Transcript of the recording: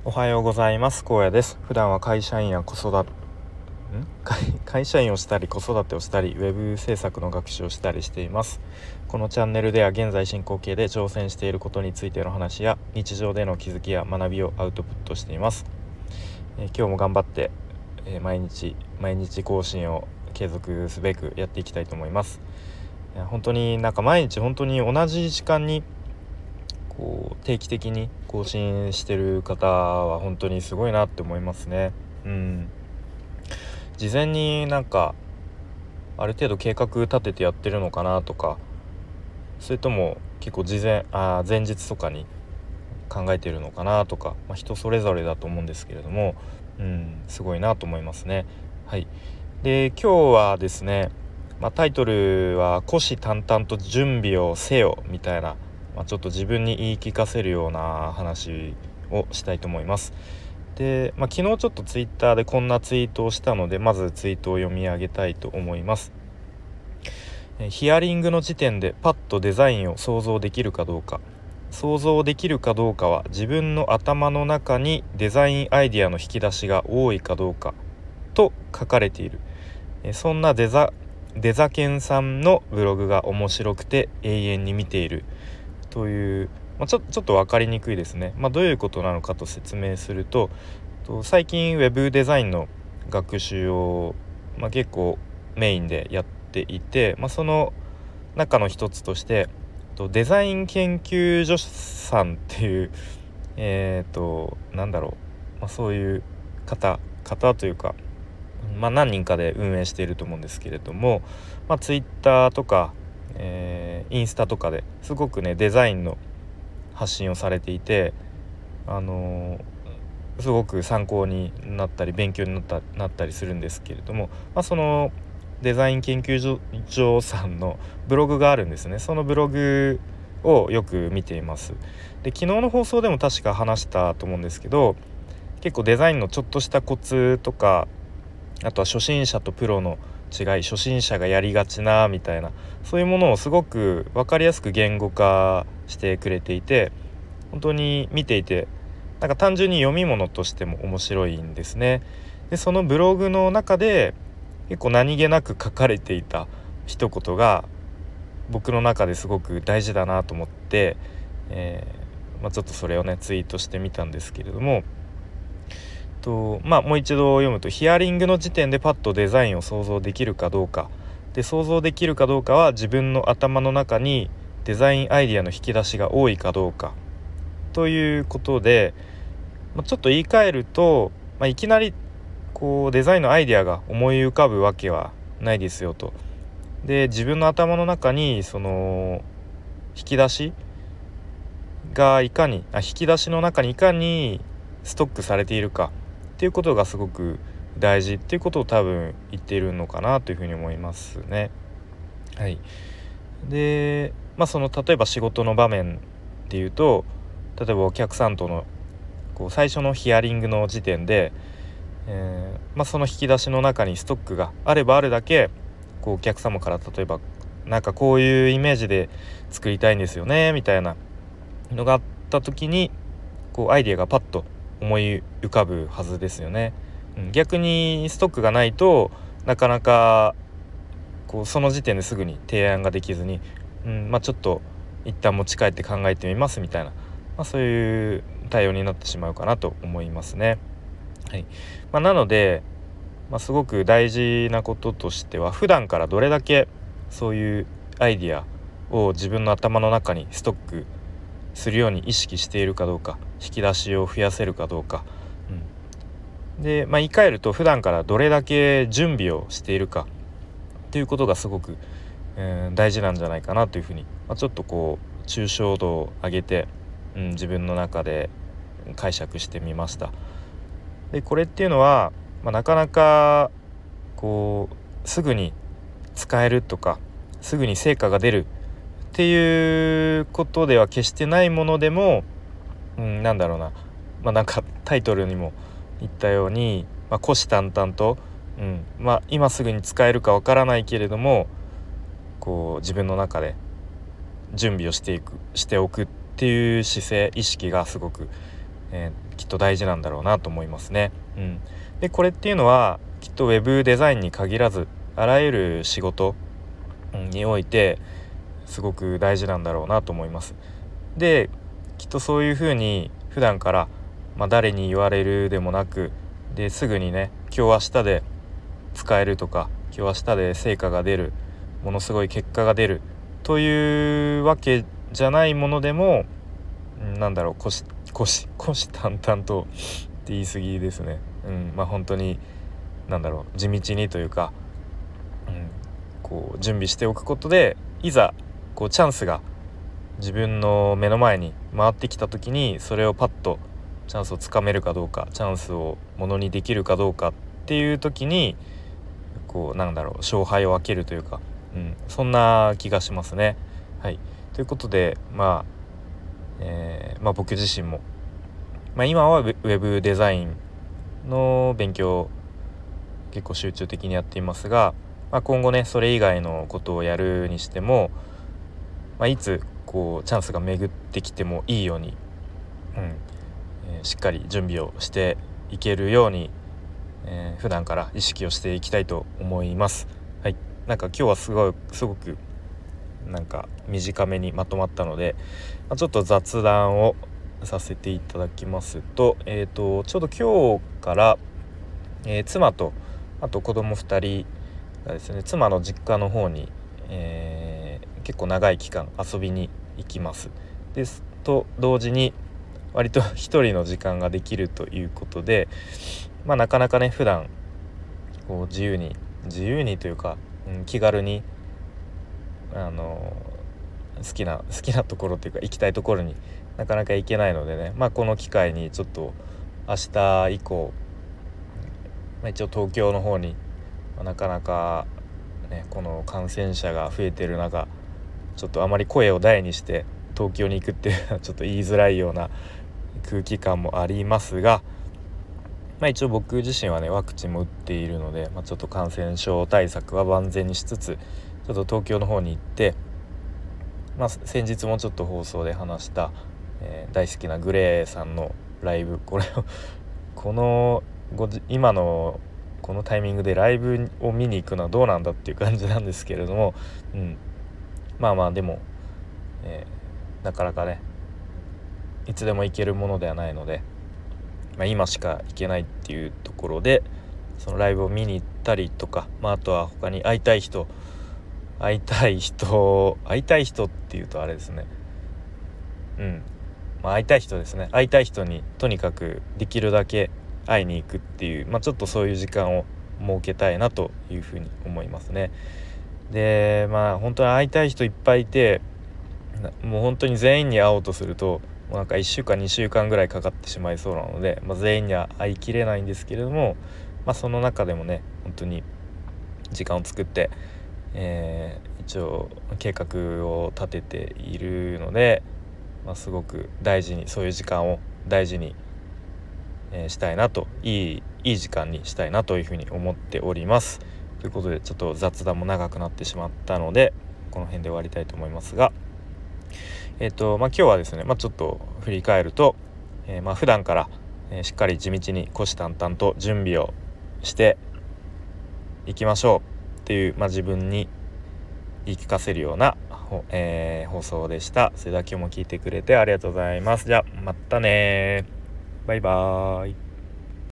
おはようございます。荒野です。普段は会社員や子育て会社員をしたり子育てをしたりウェブ制作の学習をしたりしています。このチャンネルでは現在進行形で挑戦していることについての話や日常での気づきや学びをアウトプットしています。今日も頑張って、毎日更新を継続すべくやっていきたいと思います。本当に毎日本当に同じ時間に定期的に更新してる方は本当にすごいなって思いますね。事前にある程度計画立ててやってるのかなとか、それとも結構前日とかに考えてるのかなとか、人それぞれだと思うんですけれども、すごいなと思いますね。はい。で、今日はですね、タイトルは虎視眈々と準備をせよみたいな、ちょっと自分に言い聞かせるような話をしたいと思います。で、昨日ちょっとツイッターでこんなツイートをしたので、まずツイートを読み上げたいと思います。ヒアリングの時点でパッとデザインを想像できるかどうかは自分の頭の中にデザインアイディアの引き出しが多いかどうかと書かれている。そんなデザケンさんのブログが面白くて永遠に見ているという、ちょっと分かりにくいですね。どういうことなのかと説明すると、最近ウェブデザインの学習を、結構メインでやっていて、その中の一つとしてデザイン研究所さんっていうそういう方というか、何人かで運営していると思うんですけれども、ツイッターとか、インスタとかですごくねデザインの発信をされていて、すごく参考になったり勉強になったりするんですけれども、そのデザイン研究所さんのブログがあるんですね。そのブログをよく見ています。で、昨日の放送でも確か話したと思うんですけど、結構デザインのちょっとしたコツとか、あとは初心者とプロの違い、初心者がやりがちなみたいな、そういうものをすごく分かりやすく言語化してくれていて、本当に見ていて単純に読み物としても面白いんですね。で、そのブログの中で結構何気なく書かれていた一言が僕の中ですごく大事だなと思って、ちょっとそれをねツイートしてみたんですけれども、もう一度読むと、ヒアリングの時点でパッとデザインを想像できるかどうかで、想像できるかどうかは自分の頭の中にデザインアイディアの引き出しが多いかどうかということで、ちょっと言い換えると、いきなりデザインのアイデアが思い浮かぶわけはないですよと。で、自分の頭の中にその引き出しの中にいかにストックされているかっていうことがすごく大事っていうことを多分言っているのかなというふうに思いますね。はい。で、例えば仕事の場面でいうと、例えばお客さんとの最初のヒアリングの時点で、その引き出しの中にストックがあればあるだけお客様から例えばこういうイメージで作りたいんですよねみたいなのがあった時にアイデアがパッと思い浮かぶはずですよね。逆にストックがないとなかなかその時点ですぐに提案ができずに、ちょっと一旦持ち帰って考えてみますみたいな、そういう対応になってしまうかなと思いますね。はい。なので、すごく大事なこととしては、普段からどれだけそういうアイディアを自分の頭の中にストックするように意識しているかどうか、引き出しを増やせるかどうか、で、言い換えると普段からどれだけ準備をしているかっていうことがすごく、大事なんじゃないかなというふうに、ちょっと抽象度を上げて、自分の中で解釈してみました。で、これっていうのは、なかなかすぐに使えるとかすぐに成果が出るっていうことでは決してないものでも、タイトルにも言ったように、虎視眈々と、今すぐに使えるかわからないけれども自分の中で準備をしておくっていう姿勢意識がすごくきっと大事なんだろうなと思いますね。でこれっていうのはきっとウェブデザインに限らずあらゆる仕事においてすごく大事なんだろうなと思います。できっとそういうふうに普段から、誰に言われるでもなくですぐにね今日明日で使えるとか今日明日で成果が出るものすごい結果が出るというわけじゃないものでも虎視眈々とって言い過ぎですね。本当に地道にというか、こう準備しておくことでいざこうチャンスが自分の目の前に回ってきた時にそれをパッとチャンスをつかめるかどうかチャンスをものにできるかどうかっていう時にこう勝敗を分けるというか、そんな気がしますね。はい、ということで僕自身も、今はウェブデザインの勉強を結構集中的にやっていますが、今後ねそれ以外のことをやるにしても、いつこうチャンスが巡ってきてもいいように、しっかり準備をしていけるように、普段から意識をしていきたいと思います。はい、今日はすごく短めにまとまったので、ちょっと雑談をさせていただきますと、ちょうど今日から、妻とあと子供2人がですね妻の実家の方に、結構長い期間遊びに行きます。ですと同時に割と一人の時間ができるということで、なかなかね普段こう自由にというか、気軽に好きなところというか行きたいところになかなか行けないのでね、この機会にちょっと明日以降、一応東京の方に、なかなか、この感染者が増えてる中ちょっとあまり声を大にして東京に行くっていうのはちょっと言いづらいような空気感もありますが、一応僕自身はねワクチンも打っているので、ちょっと感染症対策は万全にしつつちょっと東京の方に行って、先日もちょっと放送で話した、大好きなグレーさんのライブ今のこのタイミングでライブを見に行くのはどうなんだっていう感じなんですけれども、でも、なかなかねいつでも行けるものではないので、今しか行けないっていうところでそのライブを見に行ったりとか、あとは他に会いたい人っていうとあれですね、会いたい人ですね。会いたい人にとにかくできるだけ会いに行くっていう、ちょっとそういう時間を設けたいなというふうに思いますね。で本当に会いたい人いっぱいいてもう本当に全員に会おうとするともう1週間2週間ぐらいかかってしまいそうなので、全員には会いきれないんですけれども、その中でもね本当に時間を作って、一応計画を立てているので、すごく大事にそういう時間を大事に、したいなといい時間にしたいなというふうに思っております。ということでちょっと雑談も長くなってしまったのでこの辺で終わりたいと思いますが、今日はですね、ちょっと振り返ると、普段から、しっかり地道に虎視眈々と準備をしていきましょうっていう、自分に言い聞かせるような、放送でした。それでは今日も聞いてくれてありがとうございます。じゃあまたね、バイバーイ。